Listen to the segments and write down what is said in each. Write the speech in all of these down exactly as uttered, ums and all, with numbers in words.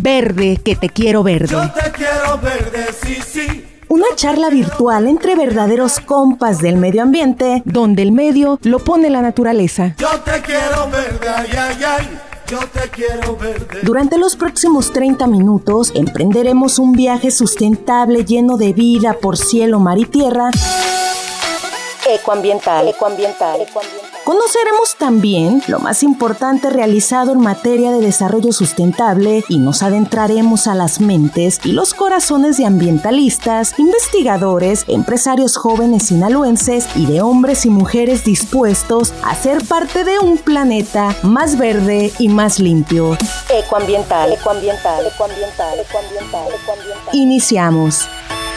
Verde, que te quiero verde. Yo te quiero verde, sí, sí. Una charla virtual entre verdaderos compas del medio ambiente, donde el medio lo pone la naturaleza. Yo te quiero verde, ay, ay, ay. Yo te quiero verde. Durante los próximos treinta minutos, emprenderemos un viaje sustentable lleno de vida por cielo, mar y tierra. Ecoambiental. Ecoambiental. Ecoambiental. Conoceremos también lo más importante realizado en materia de desarrollo sustentable y nos adentraremos a las mentes y los corazones de ambientalistas, investigadores, empresarios jóvenes sinaloenses y de hombres y mujeres dispuestos a ser parte de un planeta más verde y más limpio. Ecoambiental. Ecoambiental. Ecoambiental. Ecoambiental. Ecoambiental. Iniciamos.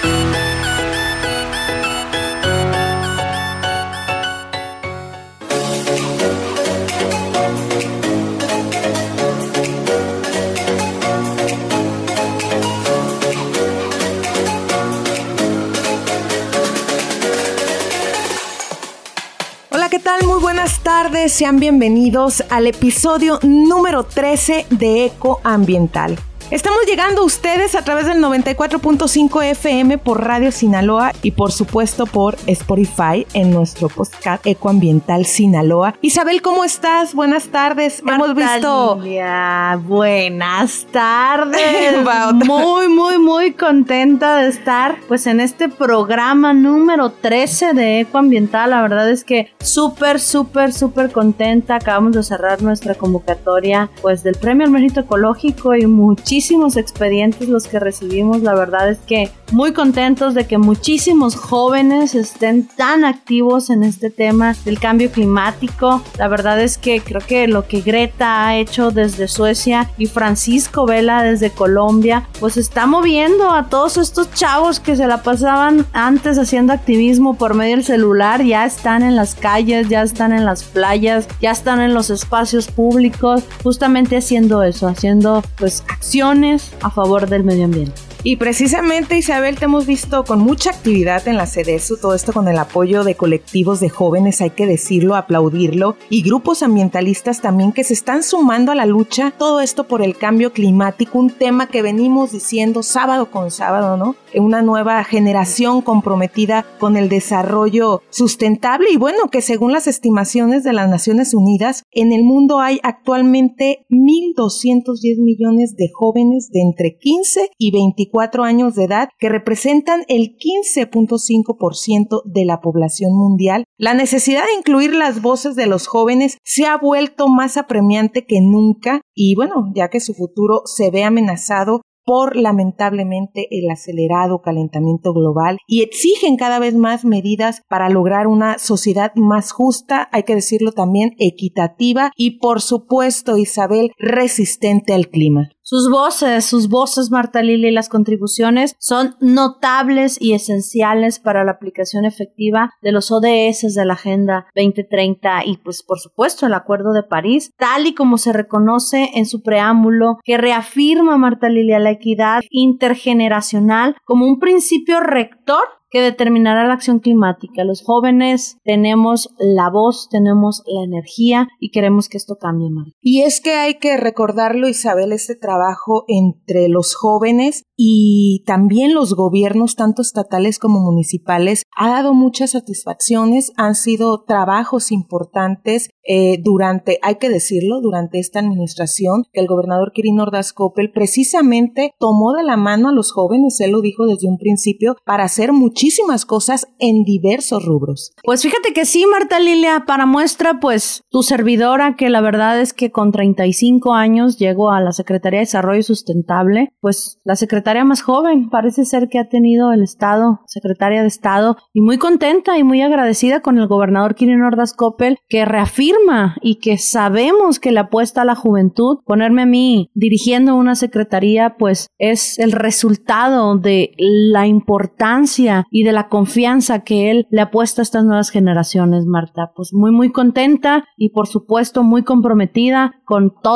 ¿Qué tal? Muy buenas tardes, sean bienvenidos al episodio número trece de Ecoambiental. Estamos llegando a ustedes a través del noventa y cuatro punto cinco F M por Radio Sinaloa y por supuesto por Spotify en nuestro podcast Ecoambiental Sinaloa. Isabel, ¿cómo estás? Buenas tardes. Marta Hemos visto... Lilia, buenas tardes. Muy, muy, muy contenta de estar pues en este programa número trece de Ecoambiental. La verdad es que súper, súper, súper contenta. Acabamos de cerrar nuestra convocatoria pues del Premio al Mérito Ecológico y muchísimas Muchísimos expedientes los que recibimos. La verdad es que muy contentos de que muchísimos jóvenes estén tan activos en este tema del cambio climático. La verdad es que creo que lo que Greta ha hecho desde Suecia y Francisco Vela desde Colombia, pues está moviendo a todos estos chavos que se la pasaban antes haciendo activismo por medio del celular. Ya están en las calles, ya están en las playas, ya están en los espacios públicos, justamente haciendo eso, haciendo pues acción a favor del medio ambiente. Y precisamente, Isabel, te hemos visto con mucha actividad en la CEDESU, todo esto con el apoyo de colectivos de jóvenes, hay que decirlo, aplaudirlo, y grupos ambientalistas también que se están sumando a la lucha, todo esto por el cambio climático, un tema que venimos diciendo sábado con sábado, ¿no? Una nueva generación comprometida con el desarrollo sustentable y bueno, que según las estimaciones de las Naciones Unidas, en el mundo hay actualmente mil doscientos diez millones de jóvenes de entre quince y veinticuatro años de edad que representan el quince punto cinco por ciento de la población mundial. La necesidad de incluir las voces de los jóvenes se ha vuelto más apremiante que nunca y bueno, ya que su futuro se ve amenazado por lamentablemente el acelerado calentamiento global y exigen cada vez más medidas para lograr una sociedad más justa, hay que decirlo también, equitativa y por supuesto, Isabel, resistente al clima. Sus voces, sus voces, Marta Lilia, y las contribuciones son notables y esenciales para la aplicación efectiva de los O D S de la Agenda veinte treinta y, pues, por supuesto, el Acuerdo de París, tal y como se reconoce en su preámbulo, que reafirma, Marta Lilia, la equidad intergeneracional como un principio rector que determinará la acción climática. Los jóvenes tenemos la voz, tenemos la energía y queremos que esto cambie, María. Y es que hay que recordarlo, Isabel, este trabajo entre los jóvenes y también los gobiernos, tanto estatales como municipales, ha dado muchas satisfacciones, han sido trabajos importantes eh, durante, hay que decirlo, durante esta administración, que el gobernador Quirino Ordaz Coppel precisamente tomó de la mano a los jóvenes, él lo dijo desde un principio, para hacer muchísimas cosas en diversos rubros. Pues fíjate que sí, Marta Lilia, para muestra, pues tu servidora, que la verdad es que con treinta y cinco años llegó a la Secretaría de Desarrollo Sustentable, pues la secretaria más joven, parece ser que ha tenido el Estado, secretaria de Estado, y muy contenta y muy agradecida con el gobernador Quirino Ordaz Coppel, que reafirma y que sabemos que le apuesta a la juventud. Ponerme a mí dirigiendo una secretaría, pues es el resultado de la importancia y de la confianza que él le apuesta a estas nuevas generaciones, Marta. Pues muy, muy contenta y por supuesto muy comprometida con todo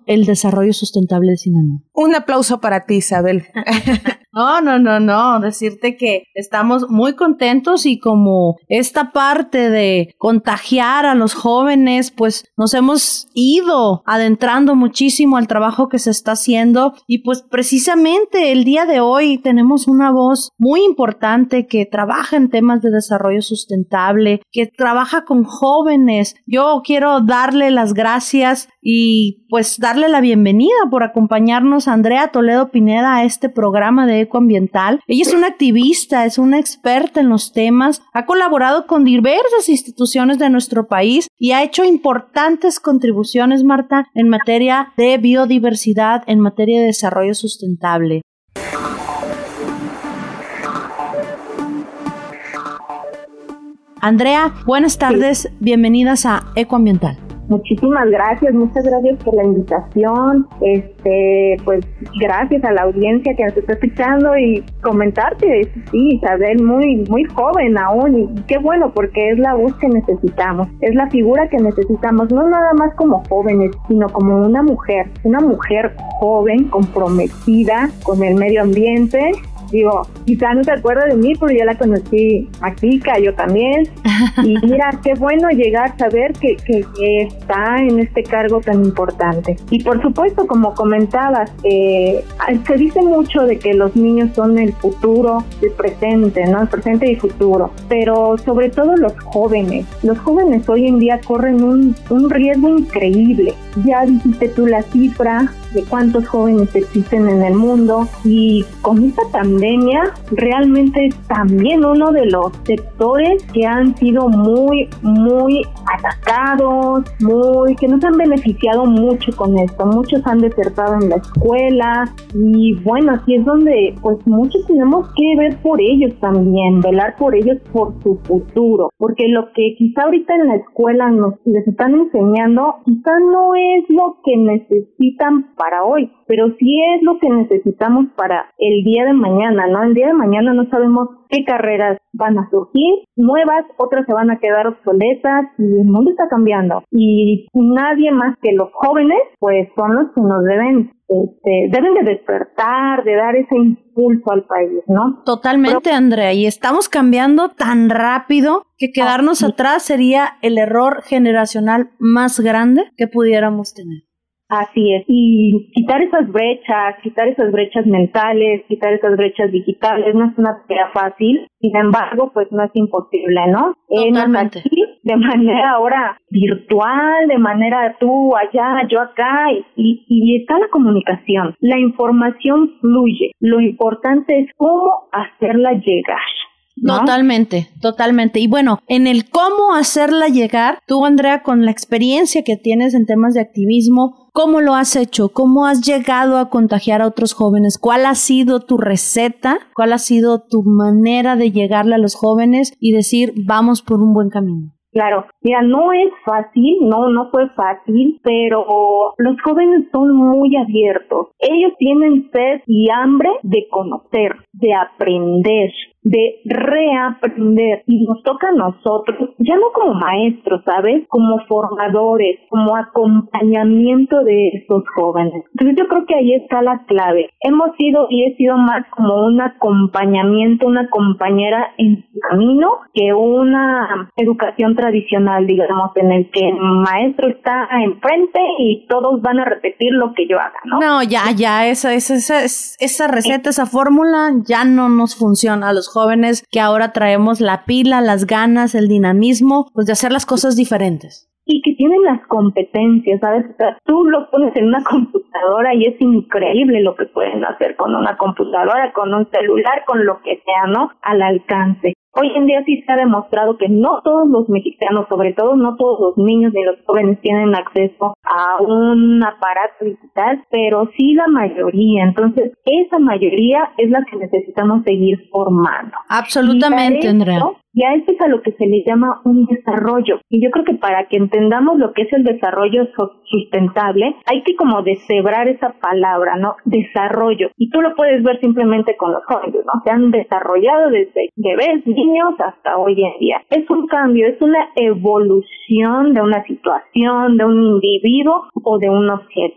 el desarrollo sustentable de Sinaloa. Un aplauso para ti, Isabel. No, no, no, no, decirte que estamos muy contentos y como esta parte de contagiar a los jóvenes, pues nos hemos ido adentrando muchísimo al trabajo que se está haciendo y pues precisamente el día de hoy tenemos una voz muy importante que trabaja en temas de desarrollo sustentable, que trabaja con jóvenes. Yo quiero darle las gracias y pues darle la bienvenida por acompañarnos a Andrea Toledo Pineda a este programa de Ecoambiental. Ella es una activista, es una experta en los temas, ha colaborado con diversas instituciones de nuestro país y ha hecho importantes contribuciones, Marta, en materia de biodiversidad, en materia de desarrollo sustentable. Andrea, buenas tardes, sí. Bienvenidas a Ecoambiental. Muchísimas gracias, muchas gracias por la invitación, este, pues gracias a la audiencia que nos está escuchando y comentarte, sí, Isabel, muy, muy joven aún y qué bueno porque es la voz que necesitamos, es la figura que necesitamos, no nada más como jóvenes, sino como una mujer, una mujer joven, comprometida con el medio ambiente. Digo, quizá no se acuerda de mí, pero yo la conocí a chica, yo también. Y mira, qué bueno llegar a saber que, que, que está en este cargo tan importante. Y por supuesto, como comentabas, eh, se dice mucho de que los niños son el futuro, el presente, ¿no? El presente y el futuro. Pero sobre todo los jóvenes. Los jóvenes hoy en día corren un, un riesgo increíble. Ya dijiste tú la cifra de cuántos jóvenes existen en el mundo y con esta pandemia realmente es también uno de los sectores que han sido muy, muy atacados, muy que nos han beneficiado mucho con esto. Muchos han desertado en la escuela y bueno, aquí es donde pues muchos tenemos que ver por ellos también, velar por ellos, por su futuro, porque lo que quizá ahorita en la escuela nos les están enseñando quizá no es lo que necesitan para hoy, pero sí es lo que necesitamos para el día de mañana, ¿no? El día de mañana no sabemos qué carreras van a surgir, nuevas, otras se van a quedar obsoletas y el mundo está cambiando. Y nadie más que los jóvenes, pues son los que nos deben, este, deben de despertar, de dar ese impulso al país, ¿no? Totalmente, pero, Andrea, y estamos cambiando tan rápido que quedarnos ah, sí. atrás sería el error generacional más grande que pudiéramos tener. Así es, y quitar esas brechas, quitar esas brechas mentales, quitar esas brechas digitales, no es una tarea fácil, sin embargo, pues no es imposible, ¿no? Totalmente. Eh, aquí, de manera ahora virtual, de manera tú allá, yo acá, y, y está la comunicación, la información fluye, lo importante es cómo hacerla llegar. ¿no? Totalmente, totalmente. Y bueno, en el cómo hacerla llegar, tú, Andrea, con la experiencia que tienes en temas de activismo, ¿cómo lo has hecho? ¿Cómo has llegado a contagiar a otros jóvenes? ¿Cuál ha sido tu receta? ¿Cuál ha sido tu manera de llegarle a los jóvenes y decir, vamos por un buen camino? Claro, mira, no es fácil, no, no fue fácil, pero los jóvenes son muy abiertos. Ellos tienen sed y hambre de conocer, de aprender, de reaprender, y nos toca a nosotros, ya no como maestros, ¿sabes? Como formadores, como acompañamiento de esos jóvenes. Entonces yo creo que ahí está la clave. Hemos sido y he sido más como un acompañamiento, una compañera en su camino, que una educación tradicional, digamos, en el que el maestro está enfrente y todos van a repetir lo que yo haga, ¿no? No, ya, ya, esa, esa, esa, esa receta, esa fórmula ya no nos funciona a los jóvenes que ahora traemos la pila, las ganas, el dinamismo, pues de hacer las cosas diferentes. Y que tienen las competencias, ¿sabes? O sea, tú lo pones en una computadora y es increíble lo que pueden hacer con una computadora, con un celular, con lo que sea, ¿no? Al alcance. Hoy en día sí se ha demostrado que no todos los mexicanos, sobre todo no todos los niños ni los jóvenes tienen acceso a un aparato digital, pero sí la mayoría. Entonces, esa mayoría es la que necesitamos seguir formando. Absolutamente, Andrea. Y a esto es a lo que se le llama un desarrollo. Y yo creo que para que entendamos lo que es el desarrollo sustentable, hay que como deshebrar esa palabra, ¿no? Desarrollo. Y tú lo puedes ver simplemente con los jóvenes, ¿no? Se han desarrollado desde bebés, niños, hasta hoy en día. Es un cambio, es una evolución de una situación, de un individuo o de un objeto.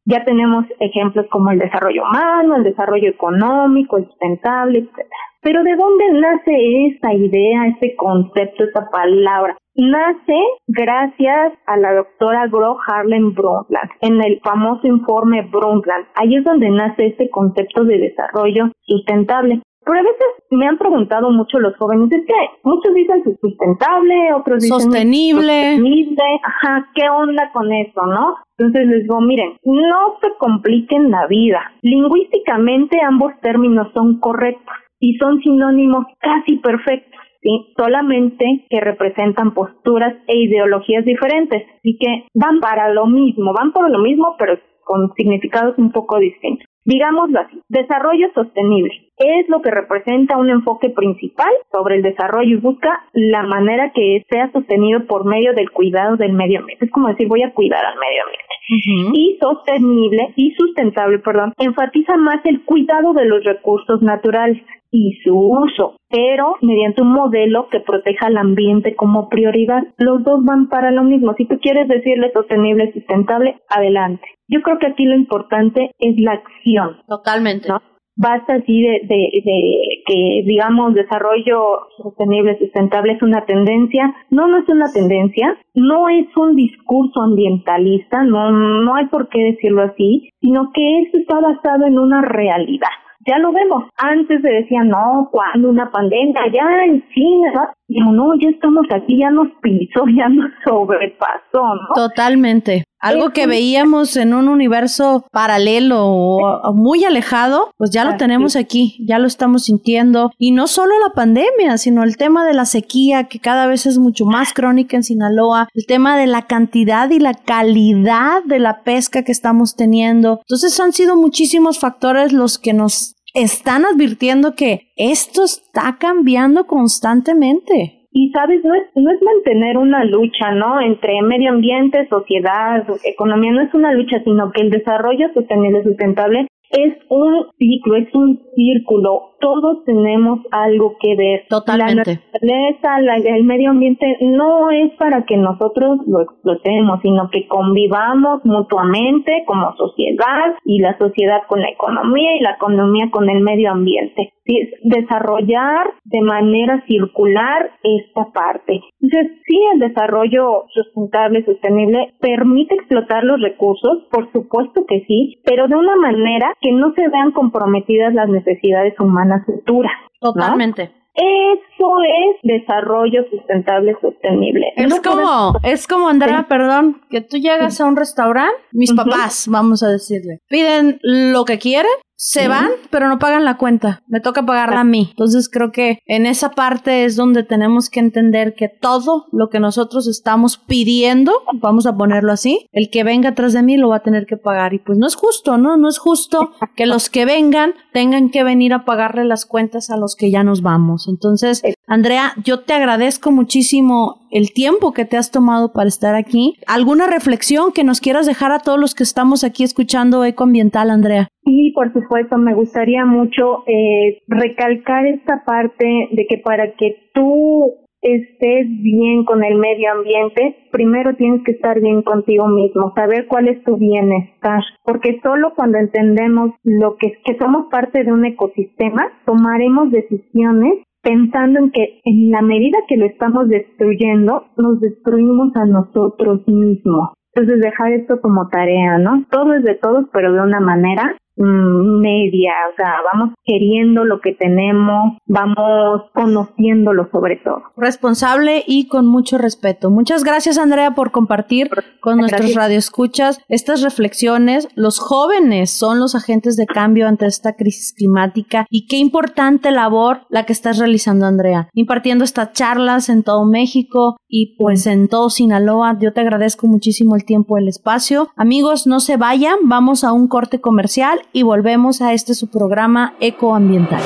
Ya tenemos ejemplos como el desarrollo humano, el desarrollo económico, el sustentable, etcétera. Pero ¿de dónde nace esta idea, este concepto, esta palabra? Nace gracias a la doctora Gro Harlem Brundtland, en el famoso informe Brundtland. Ahí es donde nace este concepto de desarrollo sustentable. Pero a veces me han preguntado mucho los jóvenes, es que muchos dicen sustentable, otros dicen sostenible. sostenible. Ajá, ¿qué onda con eso, no? Entonces les digo, miren, no se compliquen la vida. Lingüísticamente ambos términos son correctos y son sinónimos casi perfectos, ¿sí? Solamente que representan posturas e ideologías diferentes, así que van para lo mismo, van por lo mismo, pero con significados un poco distintos. Digámoslo así, desarrollo sostenible es lo que representa un enfoque principal sobre el desarrollo y busca la manera que sea sostenido por medio del cuidado del medio ambiente. Es como decir, voy a cuidar al medio ambiente. Uh-huh. Y sostenible y sustentable, perdón, enfatiza más el cuidado de los recursos naturales y su uso, pero mediante un modelo que proteja al ambiente como prioridad. Los dos van para lo mismo. Si tú quieres decirle sostenible y sustentable, adelante. Yo creo que aquí lo importante es la acción. Totalmente. ¿No? Basta así de, de, de que, digamos, desarrollo sostenible, sustentable es una tendencia. No, no es una tendencia. No es un discurso ambientalista. No, no hay por qué decirlo así, sino que esto está basado en una realidad. Ya lo vemos. Antes se decía, no, cuando una pandemia, ya en China, ¿no? Digo, no, ya estamos aquí, ya nos pisó, ya nos sobrepasó, ¿no? Totalmente. Algo es que un... veíamos en un universo paralelo o muy alejado, pues ya lo Así. tenemos aquí, ya lo estamos sintiendo. Y no solo la pandemia, sino el tema de la sequía, que cada vez es mucho más crónica en Sinaloa, el tema de la cantidad y la calidad de la pesca que estamos teniendo. Entonces han sido muchísimos factores los que nos están advirtiendo que esto está cambiando constantemente. Y sabes, no es, no es mantener una lucha, ¿no? Entre medio ambiente, sociedad, economía, no es una lucha, sino que el desarrollo sostenible y sustentable es un ciclo, es un círculo. Todos tenemos algo que ver. Totalmente. La naturaleza, la, el medio ambiente no es para que nosotros lo explotemos, sino que convivamos mutuamente como sociedad y la sociedad con la economía y la economía con el medio ambiente. Sí, desarrollar de manera circular esta parte. Entonces, sí, el desarrollo sustentable, sostenible, permite explotar los recursos, por supuesto que sí, pero de una manera que no se vean comprometidas las necesidades humanas futuras. Totalmente. ¿No? Eso es desarrollo sustentable, sostenible. Es no como, puedes... es como, Andrea, ¿sí? Perdón, que tú llegas sí. a un restaurante, mis uh-huh. papás, vamos a decirle, piden lo que quieren, se uh-huh. van, pero no pagan la cuenta. Me toca pagarla a mí. Entonces creo que en esa parte es donde tenemos que entender que todo lo que nosotros estamos pidiendo, vamos a ponerlo así, el que venga atrás de mí lo va a tener que pagar. Y pues no es justo, ¿no? No es justo que los que vengan tengan que venir a pagarle las cuentas a los que ya nos vamos. Entonces, Andrea, yo te agradezco muchísimo el tiempo que te has tomado para estar aquí. ¿Alguna reflexión que nos quieras dejar a todos los que estamos aquí escuchando Ecoambiental, Andrea? Sí, por supuesto, me gustaría mucho eh, recalcar esta parte de que para que tú estés bien con el medio ambiente, primero tienes que estar bien contigo mismo, saber cuál es tu bienestar, porque solo cuando entendemos lo que, que somos parte de un ecosistema, tomaremos decisiones pensando en que en la medida que lo estamos destruyendo, nos destruimos a nosotros mismos. Entonces dejar esto como tarea, ¿no? Todo es de todos, pero de una manera mmm, media, o sea, vamos queriendo lo que tenemos, vamos conociéndolo sobre todo. Responsable y con mucho respeto. Muchas gracias, Andrea, por compartir con nuestros gracias. radioescuchas estas reflexiones. Los jóvenes son los agentes de cambio ante esta crisis climática y qué importante labor la que estás realizando, Andrea, impartiendo estas charlas en todo México y pues en todo Sinaloa. Yo te agradezco muchísimo el tiempo, el espacio. Amigos, no se vayan, vamos a un corte comercial y volvemos a este su programa Ecoambiental.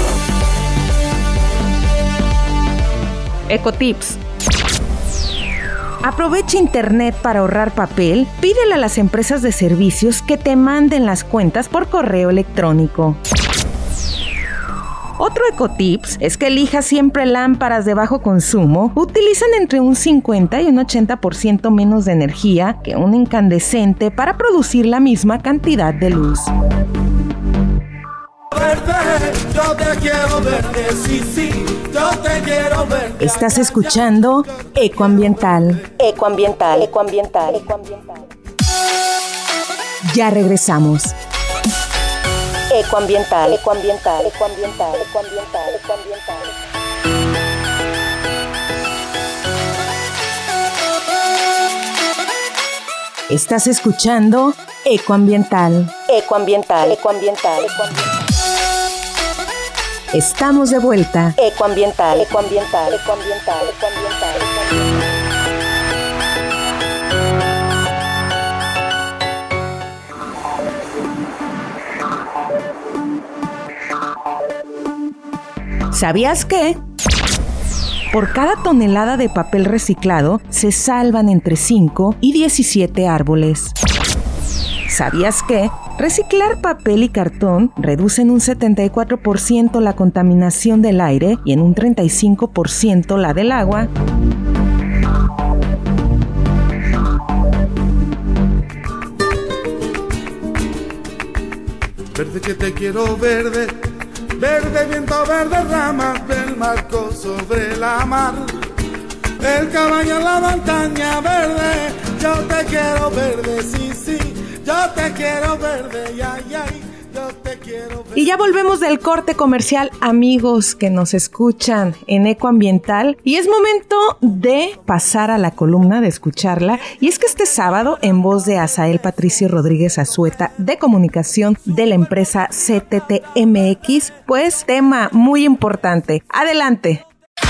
Ecotips. Aprovecha internet para ahorrar papel. Pídele a las empresas de servicios que te manden las cuentas por correo electrónico. Otro ecotips es que elija siempre lámparas de bajo consumo. Utilizan entre un cincuenta y un ochenta por ciento menos de energía que un incandescente para producir la misma cantidad de luz. Verde, yo te quiero verde, sí, sí, yo te quiero verde. Estás escuchando Ecoambiental. Ecoambiental, ecoambiental, ecoambiental. Ya regresamos. Ecoambiental, ecoambiental, ecoambiental, ecoambiental, ecoambiental. Estás escuchando Ecoambiental. Ecoambiental, ecoambiental, ecoambiental. Estamos de vuelta. Ecoambiental, ecoambiental, ecoambiental, ecoambiental, ecoambiental. ¿Sabías que? Por cada tonelada de papel reciclado se salvan entre cinco y diecisiete árboles. ¿Sabías que? Reciclar papel y cartón reduce en un setenta y cuatro por ciento la contaminación del aire y en un treinta y cinco por ciento la del agua. Verde que te quiero verde, verde viento, verde ramas del marco sobre la mar. El caballo en la montaña verde, yo te quiero verde, sí, sí, yo te quiero verde, ay, ay, yo te quiero verde. Y ya volvemos del corte comercial, amigos que nos escuchan en Ecoambiental, y es momento de pasar a la columna, de escucharla, y es que este sábado, en voz de Asael Patricio Rodríguez Azueta, de comunicación de la empresa C T T M X, pues tema muy importante. Adelante.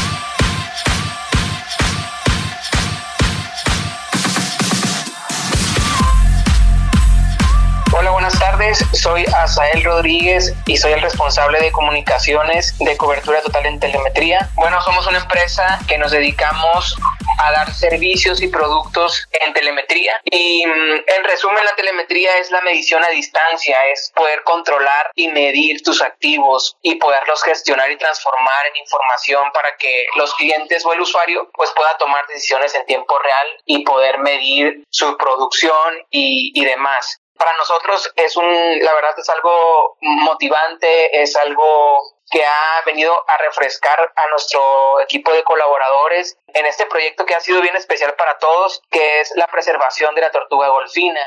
Hola, buenas tardes. Soy Asael Rodríguez y soy el responsable de comunicaciones de cobertura total en telemetría. Bueno, somos una empresa que nos dedicamos a dar servicios y productos en telemetría y en resumen la telemetría es la medición a distancia, es poder controlar y medir tus activos y poderlos gestionar y transformar en información para que los clientes o el usuario pues pueda tomar decisiones en tiempo real y poder medir su producción y, y demás. Para nosotros es un, la verdad es algo motivante, es algo que ha venido a refrescar a nuestro equipo de colaboradores en este proyecto que ha sido bien especial para todos, que es la preservación de la tortuga golfina.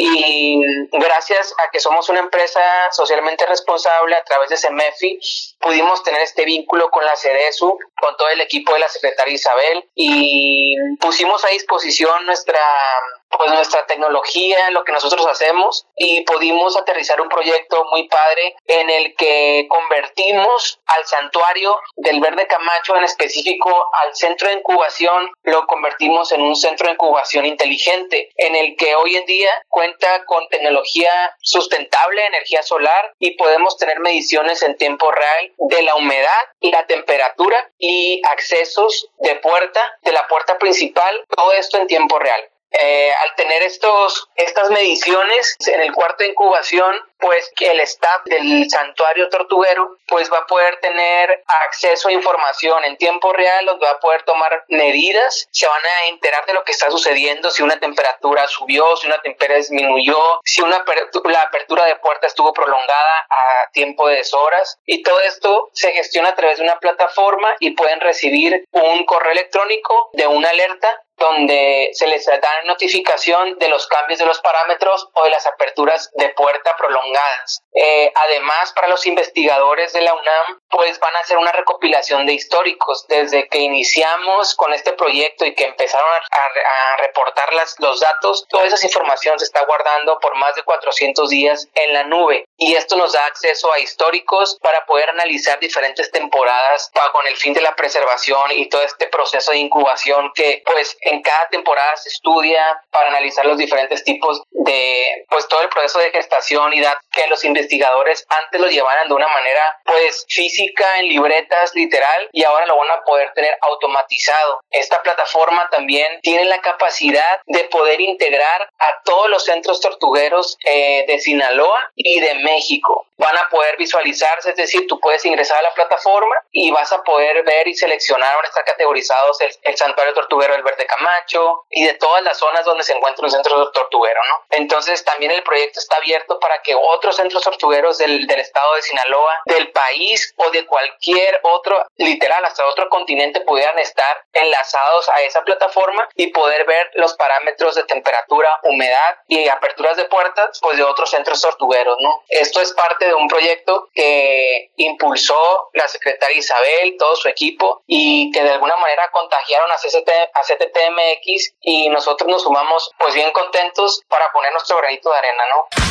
Y gracias a que somos una empresa socialmente responsable a través de CEMEFI, pudimos tener este vínculo con la CEDESU, con todo el equipo de la secretaria Isabel, y pusimos a disposición nuestra pues nuestra tecnología, lo que nosotros hacemos, y pudimos aterrizar un proyecto muy padre en el que convertimos al santuario del Verde Camacho, en específico al centro de incubación, lo convertimos en un centro de incubación inteligente, en el que hoy en día cuenta con tecnología sustentable, energía solar, y podemos tener mediciones en tiempo real de la humedad, la temperatura y accesos de puerta, de la puerta principal, todo esto en tiempo real. Eh, al tener estos, estas mediciones en el cuarto de incubación, pues que el staff del santuario tortuguero pues va a poder tener acceso a información en tiempo real, donde va a poder tomar medidas, se van a enterar de lo que está sucediendo, si una temperatura subió, si una temperatura disminuyó, si una la apertura de puerta estuvo prolongada a tiempo de deshoras, y todo esto se gestiona a través de una plataforma y pueden recibir un correo electrónico de una alerta donde se les da notificación de los cambios de los parámetros o de las aperturas de puerta prolongadas. Eh, además, para los investigadores de la UNAM, pues van a hacer una recopilación de históricos. Desde que iniciamos con este proyecto y que empezaron a, a, a reportar las, los datos, toda esa información se está guardando por más de cuatrocientos días en la nube. Y esto nos da acceso a históricos para poder analizar diferentes temporadas para, con el fin de la preservación y todo este proceso de incubación que, pues, en cada temporada se estudia para analizar los diferentes tipos de, pues todo el proceso de gestación y datos que los investigadores investigadores antes lo llevaran de una manera pues física en libretas literal y ahora lo van a poder tener automatizado. Esta plataforma también tiene la capacidad de poder integrar a todos los centros tortugueros eh, de Sinaloa y de México. Van a poder visualizarse, es decir, tú puedes ingresar a la plataforma y vas a poder ver y seleccionar, van a estar categorizados el, el santuario tortuguero del Verde Camacho y de todas las zonas donde se encuentra un centro tortuguero, ¿no? Entonces también el proyecto está abierto para que otros centros tortugueros del, del estado de Sinaloa, del país o de cualquier otro, literal, hasta otro continente pudieran estar enlazados a esa plataforma y poder ver los parámetros de temperatura, humedad y aperturas de puertas pues de otros centros tortugueros, ¿no? Esto es parte de un proyecto que impulsó la secretaria Isabel, todo su equipo, y que de alguna manera contagiaron a C C T, a C T T M X, y nosotros nos sumamos pues bien contentos para poner nuestro granito de arena, ¿no?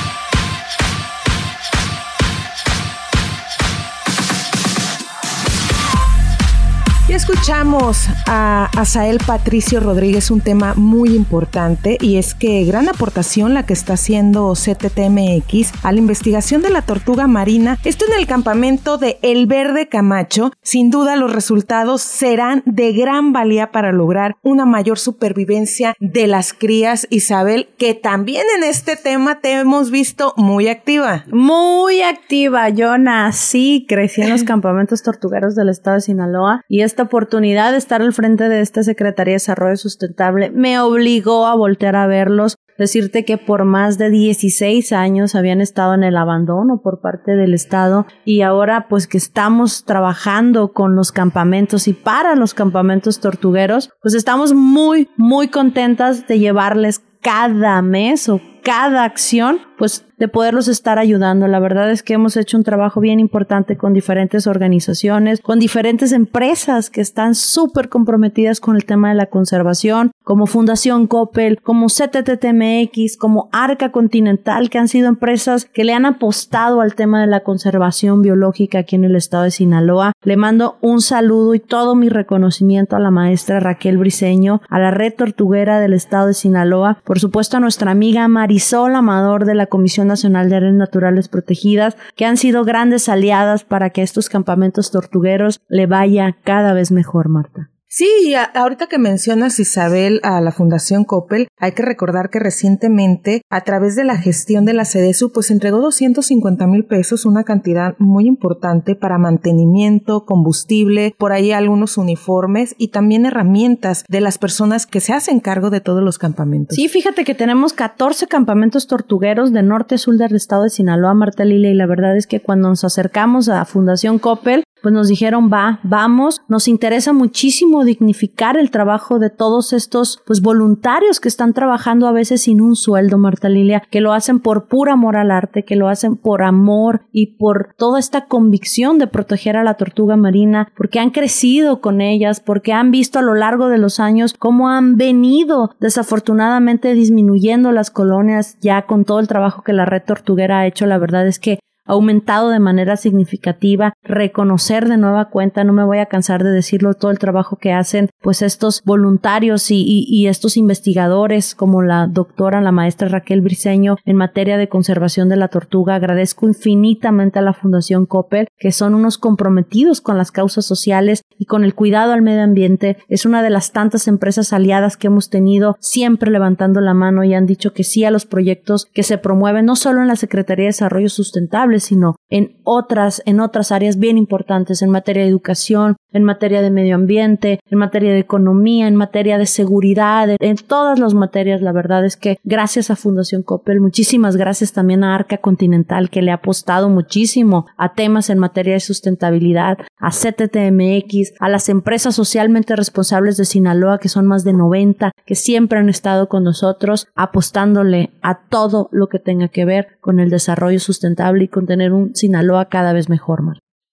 Ya escuchamos a Asael Patricio Rodríguez un tema muy importante, y es que gran aportación la que está haciendo C T T M X a la investigación de la tortuga marina, esto en el campamento de El Verde Camacho. Sin duda los resultados serán de gran valía para lograr una mayor supervivencia de las crías. Isabel, que también en este tema te hemos visto muy activa. Muy activa. Yo nací, crecí en los campamentos tortugueros del estado de Sinaloa, y esta oportunidad de estar al frente de esta Secretaría de Desarrollo Sustentable me obligó a voltear a verlos. Decirte que por más de dieciséis años habían estado en el abandono por parte del Estado, y ahora pues que estamos trabajando con los campamentos y para los campamentos tortugueros, pues estamos muy, muy contentas de llevarles cada mes o cada acción, pues de poderlos estar ayudando. La verdad es que hemos hecho un trabajo bien importante con diferentes organizaciones, con diferentes empresas que están súper comprometidas con el tema de la conservación, como Fundación Coppel, como C T T M X, como Arca Continental, que han sido empresas que le han apostado al tema de la conservación biológica aquí en el estado de Sinaloa. Le mando un saludo y todo mi reconocimiento a la maestra Raquel Briceño, a la Red Tortuguera del estado de Sinaloa, por supuesto a nuestra amiga Marisol Amador de la Comisión Nacional de Áreas Naturales Protegidas, que han sido grandes aliadas para que estos campamentos tortugueros le vaya cada vez mejor, Marta. Sí, a, ahorita que mencionas, Isabel, a la Fundación Coppel, hay que recordar que recientemente, a través de la gestión de la SEDESU, pues entregó doscientos cincuenta mil pesos, una cantidad muy importante para mantenimiento, combustible, por ahí algunos uniformes y también herramientas de las personas que se hacen cargo de todos los campamentos. Sí, fíjate que tenemos catorce campamentos tortugueros de norte a sur del estado de Sinaloa, Marta Lilia, y la verdad es que cuando nos acercamos a Fundación Coppel, pues nos dijeron, va, vamos, nos interesa muchísimo dignificar el trabajo de todos estos pues voluntarios que están trabajando a veces sin un sueldo, Marta Lilia, que lo hacen por pura amor al arte, que lo hacen por amor y por toda esta convicción de proteger a la tortuga marina, porque han crecido con ellas, porque han visto a lo largo de los años cómo han venido desafortunadamente disminuyendo las colonias ya con todo el trabajo que la Red Tortuguera ha hecho. La verdad es que ha aumentado de manera significativa. Reconocer de nueva cuenta, no me voy a cansar de decirlo, todo el trabajo que hacen pues estos voluntarios y, y, y estos investigadores como la doctora, la maestra Raquel Briceño en materia de conservación de la tortuga. Agradezco infinitamente a la Fundación Coppel, que son unos comprometidos con las causas sociales y con el cuidado al medio ambiente. Es una de las tantas empresas aliadas que hemos tenido, siempre levantando la mano, y han dicho que sí a los proyectos que se promueven no solo en la Secretaría de Desarrollo Sustentable, sino en otras, en otras áreas bien importantes, en materia de educación, en materia de medio ambiente, en materia de economía, en materia de seguridad, en, en todas las materias. La verdad es que gracias a Fundación Coppel, muchísimas gracias también a Arca Continental, que le ha apostado muchísimo a temas en materia de sustentabilidad, a C T T M X, a las empresas socialmente responsables de Sinaloa, que son más de noventa, que siempre han estado con nosotros apostándole a todo lo que tenga que ver con el desarrollo sustentable y con tener un Sinaloa cada vez mejor, Marta.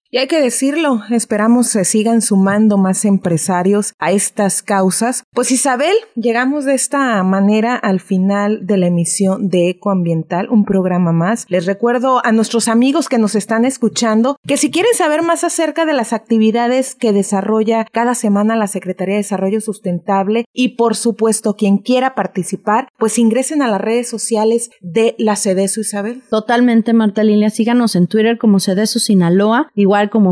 Y hay que decirlo, esperamos se sigan sumando más empresarios a estas causas. Pues Isabel, llegamos de esta manera al final de la emisión de Ecoambiental, un programa más. Les recuerdo a nuestros amigos que nos están escuchando que si quieren saber más acerca de las actividades que desarrolla cada semana la Secretaría de Desarrollo Sustentable y por supuesto quien quiera participar, pues ingresen a las redes sociales de la CEDESU, Isabel. Totalmente, Marta Lilia, síganos en Twitter como CEDESU Sinaloa, igual como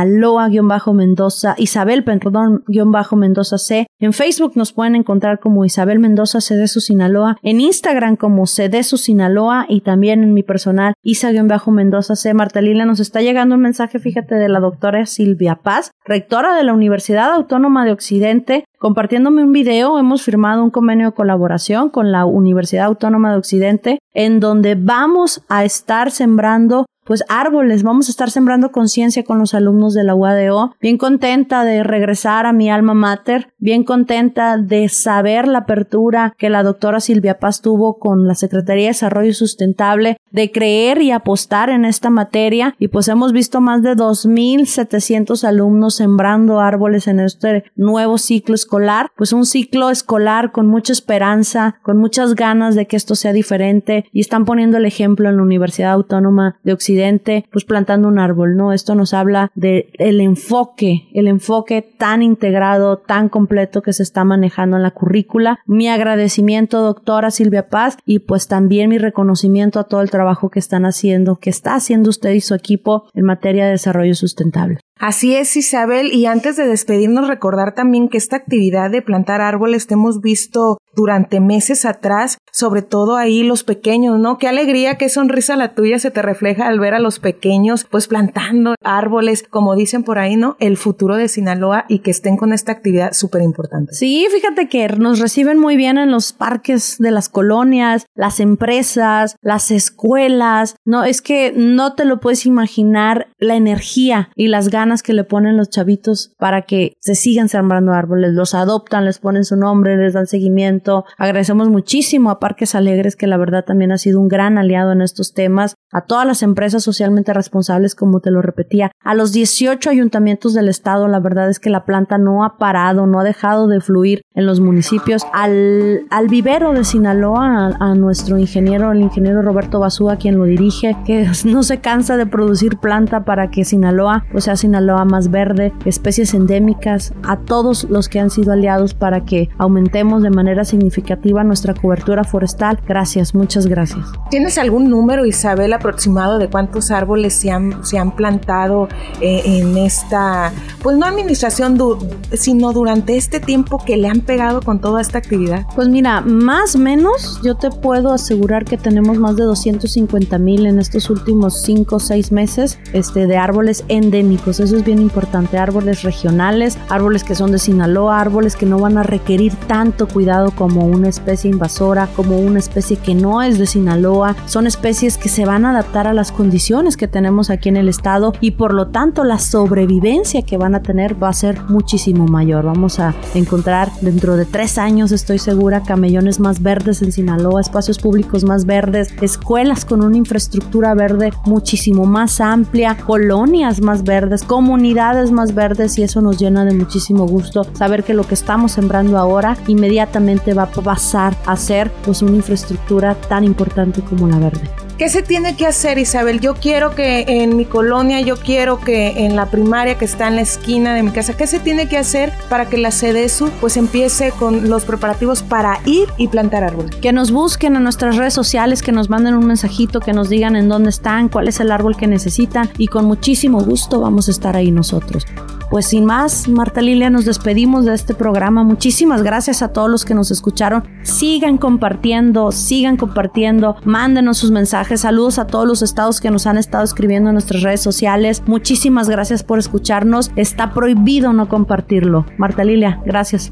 Sinaloa-Mendoza, Isabel, perdón, guión bajo Mendoza C. En Facebook nos pueden encontrar como Isabel Mendoza CEDESU Sinaloa, en Instagram como CEDESU Sinaloa y también en mi personal Isa-Mendoza C. Marta Lilia, nos está llegando un mensaje, fíjate, de la doctora Silvia Paz, rectora de la Universidad Autónoma de Occidente, compartiéndome un video. Hemos firmado un convenio de colaboración con la Universidad Autónoma de Occidente en donde vamos a estar sembrando pues árboles, vamos a estar sembrando conciencia con los alumnos de la U A D O. Bien contenta de regresar a mi alma mater, bien contenta de saber la apertura que la doctora Silvia Paz tuvo con la Secretaría de Desarrollo Sustentable, de creer y apostar en esta materia, y pues hemos visto más de dos mil setecientos alumnos sembrando árboles en este nuevo ciclo escolar, pues un ciclo escolar con mucha esperanza, con muchas ganas de que esto sea diferente, y están poniendo el ejemplo en la Universidad Autónoma de Occidente, pues plantando un árbol, ¿no? Esto nos habla de el enfoque, el enfoque tan integrado, tan completo que se está manejando en la currícula. Mi agradecimiento, doctora Silvia Paz, y pues también mi reconocimiento a todo el trabajo que están haciendo, que está haciendo usted y su equipo en materia de desarrollo sustentable. Así es, Isabel, y antes de despedirnos, recordar también que esta actividad de plantar árboles te hemos visto durante meses atrás, sobre todo ahí los pequeños, ¿no? Qué alegría, qué sonrisa la tuya se te refleja al ver a los pequeños pues plantando árboles, como dicen por ahí, ¿no? El futuro de Sinaloa, y que estén con esta actividad súper importante. Sí, fíjate que nos reciben muy bien en los parques de las colonias, las empresas, las escuelas. No, es que no te lo puedes imaginar la energía y las ganas que le ponen los chavitos para que se sigan sembrando árboles. Los adoptan, les ponen su nombre, les dan seguimiento. Agradecemos muchísimo a Parques Alegres, que la verdad también ha sido un gran aliado en estos temas, a todas las empresas socialmente responsables, como te lo repetía, a los dieciocho ayuntamientos del estado. La verdad es que la planta no ha parado, no ha dejado de fluir en los municipios, al, al vivero de Sinaloa, a, a nuestro ingeniero, el ingeniero Roberto Basúa, quien lo dirige, que no se cansa de producir planta para que Sinaloa pues sea Sinaloa más verde, especies endémicas, a todos los que han sido aliados para que aumentemos de manera significativa nuestra cobertura forestal. Gracias, muchas gracias. ¿Tienes algún número, Isabel, aproximado de cuántos árboles se han, se han plantado eh, en esta, pues no administración, du- sino durante este tiempo que le han pegado con toda esta actividad? Pues mira, más o menos yo te puedo asegurar que tenemos más de doscientos cincuenta mil en estos últimos cinco o seis meses este, de árboles endémicos. Eso es bien importante, árboles regionales, árboles que son de Sinaloa, árboles que no van a requerir tanto cuidado como una especie invasora, como una especie que no es de Sinaloa. Son especies que se van a adaptar a las condiciones que tenemos aquí en el estado, y por lo tanto la sobrevivencia que van a tener va a ser muchísimo mayor. Vamos a encontrar dentro de tres años, estoy segura, camellones más verdes en Sinaloa, espacios públicos más verdes, escuelas con una infraestructura verde muchísimo más amplia, colonias más verdes, comunidades más verdes, y eso nos llena de muchísimo gusto saber que lo que estamos sembrando ahora inmediatamente va a pasar a ser pues una infraestructura tan importante como la verde. ¿Qué se tiene que hacer, Isabel? Yo quiero que en mi colonia, yo quiero que en la primaria que está en la esquina de mi casa, ¿qué se tiene que hacer para que la CEDESU pues empiece con los preparativos para ir y plantar árboles? Que nos busquen en nuestras redes sociales, que nos manden un mensajito, que nos digan en dónde están, cuál es el árbol que necesitan, y con muchísimo gusto vamos a estar ahí nosotros. Pues sin más, Marta Lilia, nos despedimos de este programa. Muchísimas gracias a todos los que nos escucharon. Sigan compartiendo, sigan compartiendo, mándenos sus mensajes. Saludos a todos los estados que nos han estado escribiendo en nuestras redes sociales. Muchísimas gracias por escucharnos. Está prohibido no compartirlo. Marta Lilia, gracias.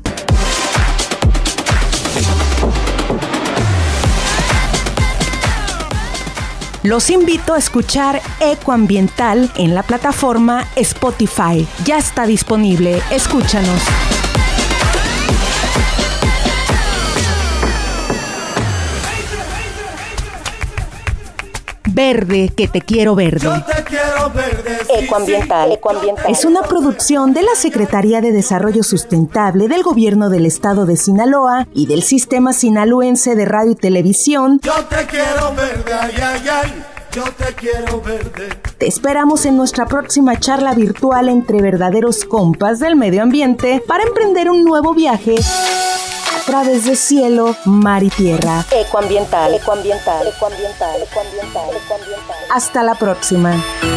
Los invito a escuchar Ecoambiental en la plataforma Spotify. Ya está disponible. Escúchanos. Verde, que te quiero verde. Yo te quiero verde. Ecoambiental, ecoambiental. Es una producción de la Secretaría de Desarrollo Sustentable del Gobierno del Estado de Sinaloa y del Sistema Sinaloense de Radio y Televisión. Yo te quiero verde, ay, ay, ay. Yo te quiero verde. Te esperamos en nuestra próxima charla virtual entre verdaderos compas del medio ambiente para emprender un nuevo viaje a través de cielo, mar y tierra. Ecoambiental, ecoambiental, ecoambiental, ecoambiental, ecoambiental. Hasta la próxima.